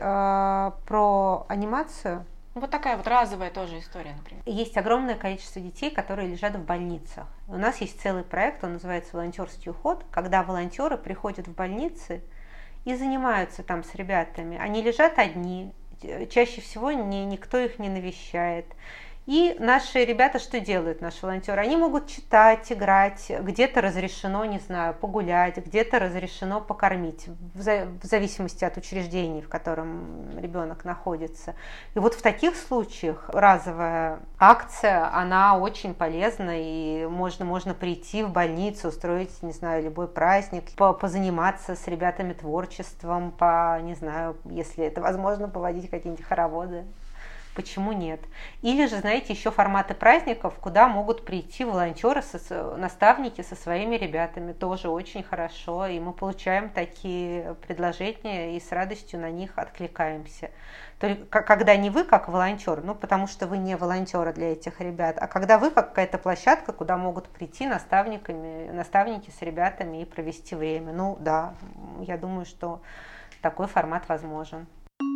про анимацию, Вот такая вот разовая тоже история, например. есть огромное количество детей, которые лежат в больницах. У нас есть целый проект, он называется «Волонтерский уход», когда волонтеры приходят в больницы и занимаются там с ребятами. Они лежат одни, чаще всего никто их не навещает. И наши ребята что делают, наши волонтеры? Они могут читать, играть, где-то разрешено, не знаю, погулять, где-то разрешено покормить, в зависимости от учреждений, в котором ребенок находится. И вот в таких случаях разовая акция, она очень полезна, и можно прийти в больницу, устроить, не знаю, любой праздник, позаниматься с ребятами творчеством, не знаю, если это возможно, поводить какие-нибудь хороводы. Почему нет? Или же, знаете, еще форматы праздников, куда могут прийти волонтеры, наставники со своими ребятами. Тоже очень хорошо. И мы получаем такие предложения и с радостью на них откликаемся. Только когда не вы как волонтер, потому что вы не волонтеры для этих ребят, а когда вы как какая-то площадка, куда могут прийти наставники с ребятами и провести время. Да, я думаю, что такой формат возможен.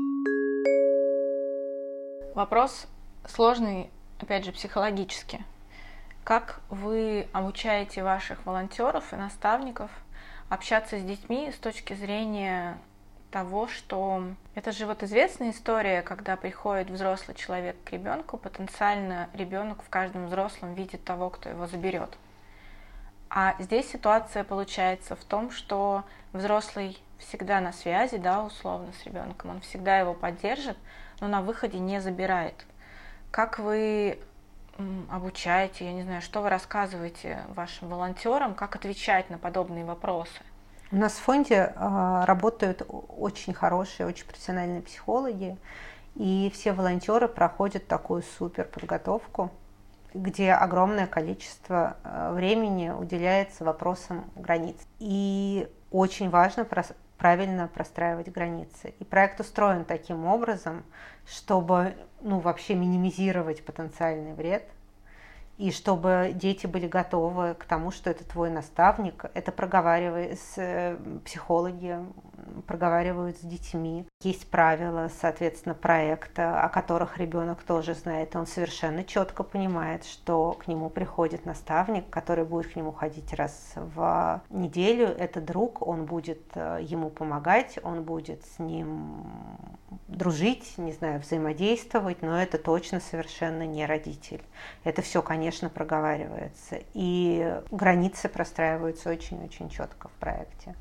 Вопрос сложный, опять же, психологически. Как вы обучаете ваших волонтеров и наставников общаться с детьми с точки зрения того, что это же вот известная история, когда приходит взрослый человек к ребенку, потенциально ребенок в каждом взрослом видит того, кто его заберет. А здесь ситуация получается в том, что взрослый всегда на связи, да, условно, с ребенком, он всегда его поддержит, но на выходе не забирает. Как вы обучаете, я не знаю, что вы рассказываете вашим волонтерам, как отвечать на подобные вопросы? У нас в фонде работают очень хорошие, очень профессиональные психологи, и все волонтеры проходят такую супер подготовку, где огромное количество времени уделяется вопросам границ. И очень важно правильно простраивать границы. И проект устроен таким образом, чтобы вообще минимизировать потенциальный вред, и чтобы дети были готовы к тому, что это твой наставник, это психологи проговаривают с детьми. Есть правила, соответственно, проекта, о которых ребенок тоже знает. Он совершенно четко понимает, что к нему приходит наставник, который будет к нему ходить раз в неделю. Это друг, он будет ему помогать, он будет с ним дружить, не знаю, взаимодействовать, но это точно совершенно не родитель. Это все, конечно, проговаривается. И границы простраиваются очень-очень четко в проекте.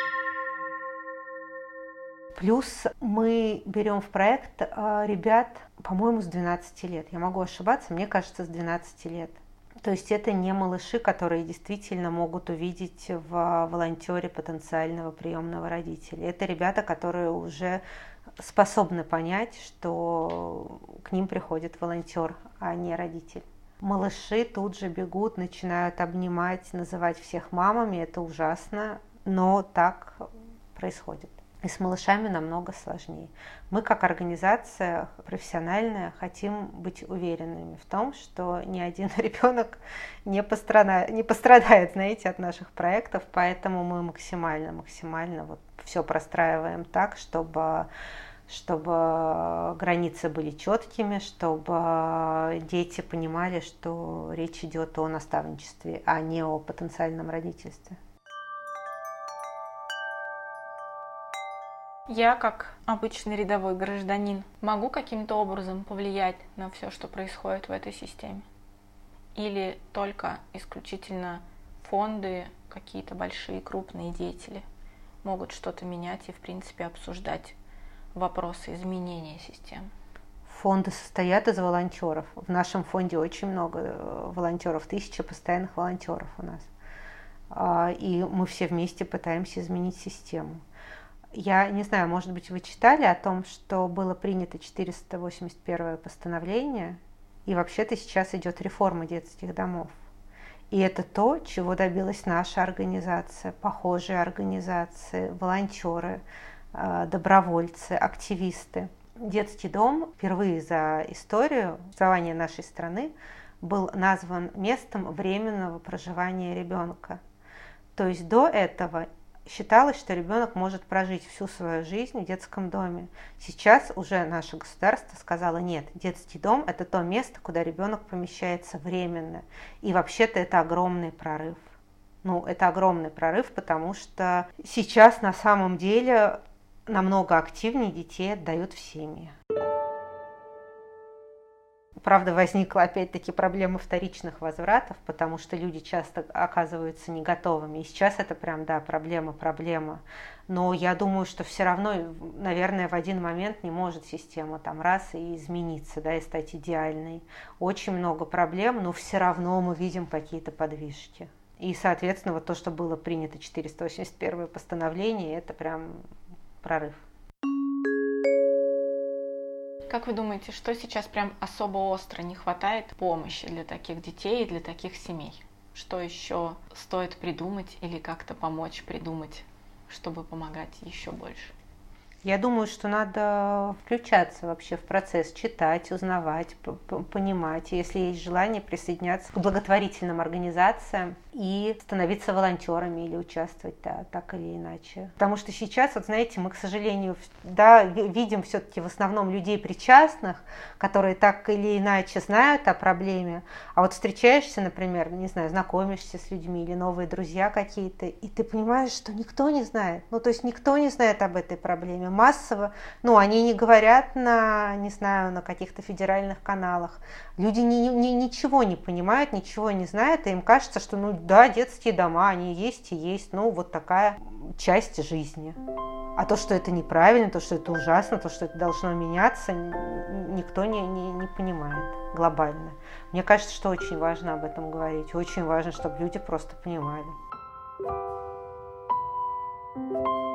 Плюс мы берем в проект ребят, по-моему, с 12 лет. Я могу ошибаться, мне кажется, с 12 лет. То есть это не малыши, которые действительно могут увидеть в волонтере потенциального приемного родителя. Это ребята, которые уже способны понять, что к ним приходит волонтер, а не родитель. Малыши тут же бегут, начинают обнимать, называть всех мамами. Это ужасно, но так происходит. И с малышами намного сложнее. Мы, как организация профессиональная, хотим быть уверенными в том, что ни один ребенок не пострадает, знаете, от наших проектов, поэтому мы максимально все простраиваем так, чтобы границы были четкими, чтобы дети понимали, что речь идет о наставничестве, а не о потенциальном родительстве. Я, как обычный рядовой гражданин, могу каким-то образом повлиять на все, что происходит в этой системе? Или только исключительно фонды, какие-то большие крупные деятели могут что-то менять и, в принципе, обсуждать вопросы изменения систем? Фонды состоят из волонтеров. В нашем фонде очень много волонтеров, 1000 постоянных волонтеров у нас. И мы все вместе пытаемся изменить систему. Я не знаю, может быть, вы читали о том, что было принято 481 постановление, и вообще-то сейчас идет реформа детских домов. И это то, чего добилась наша организация, похожие организации, волонтеры, добровольцы, активисты. Детский дом впервые за историю существования нашей страны был назван местом временного проживания ребенка. То есть до этого считалось, что ребенок может прожить всю свою жизнь в детском доме. Сейчас уже наше государство сказало: нет, детский дом – это то место, куда ребенок помещается временно. И вообще-то это огромный прорыв. Это огромный прорыв, потому что сейчас на самом деле намного активнее детей отдают в семьи. Правда, возникла опять-таки проблема вторичных возвратов, потому что люди часто оказываются не готовыми. И сейчас это прям, да, проблема. Но я думаю, что все равно, наверное, в один момент не может система там раз и измениться, да, и стать идеальной. Очень много проблем, но все равно мы видим какие-то подвижки. И, соответственно, вот то, что было принято 481 постановление, это прям прорыв. Как вы думаете, что сейчас прям особо остро не хватает помощи для таких детей и для таких семей? Что еще стоит придумать или как-то помочь придумать, чтобы помогать еще больше? Я думаю, что надо включаться вообще в процесс, читать, узнавать, понимать. И если есть желание, присоединяться к благотворительным организациям и становиться волонтерами или участвовать, да, так или иначе. Потому что сейчас, вот знаете, мы, к сожалению, да, видим все-таки в основном людей причастных, которые так или иначе знают о проблеме. А вот встречаешься, например, не знаю, знакомишься с людьми или новые друзья какие-то, и ты понимаешь, что никто не знает. То есть никто не знает об этой проблеме. Массово, они не говорят на каких-то федеральных каналах. Люди ничего не понимают, ничего не знают, и им кажется, что, да, детские дома, они есть и есть, вот такая часть жизни. А то, что это неправильно, то, что это ужасно, то, что это должно меняться, никто не понимает глобально. Мне кажется, что очень важно об этом говорить, очень важно, чтобы люди просто понимали.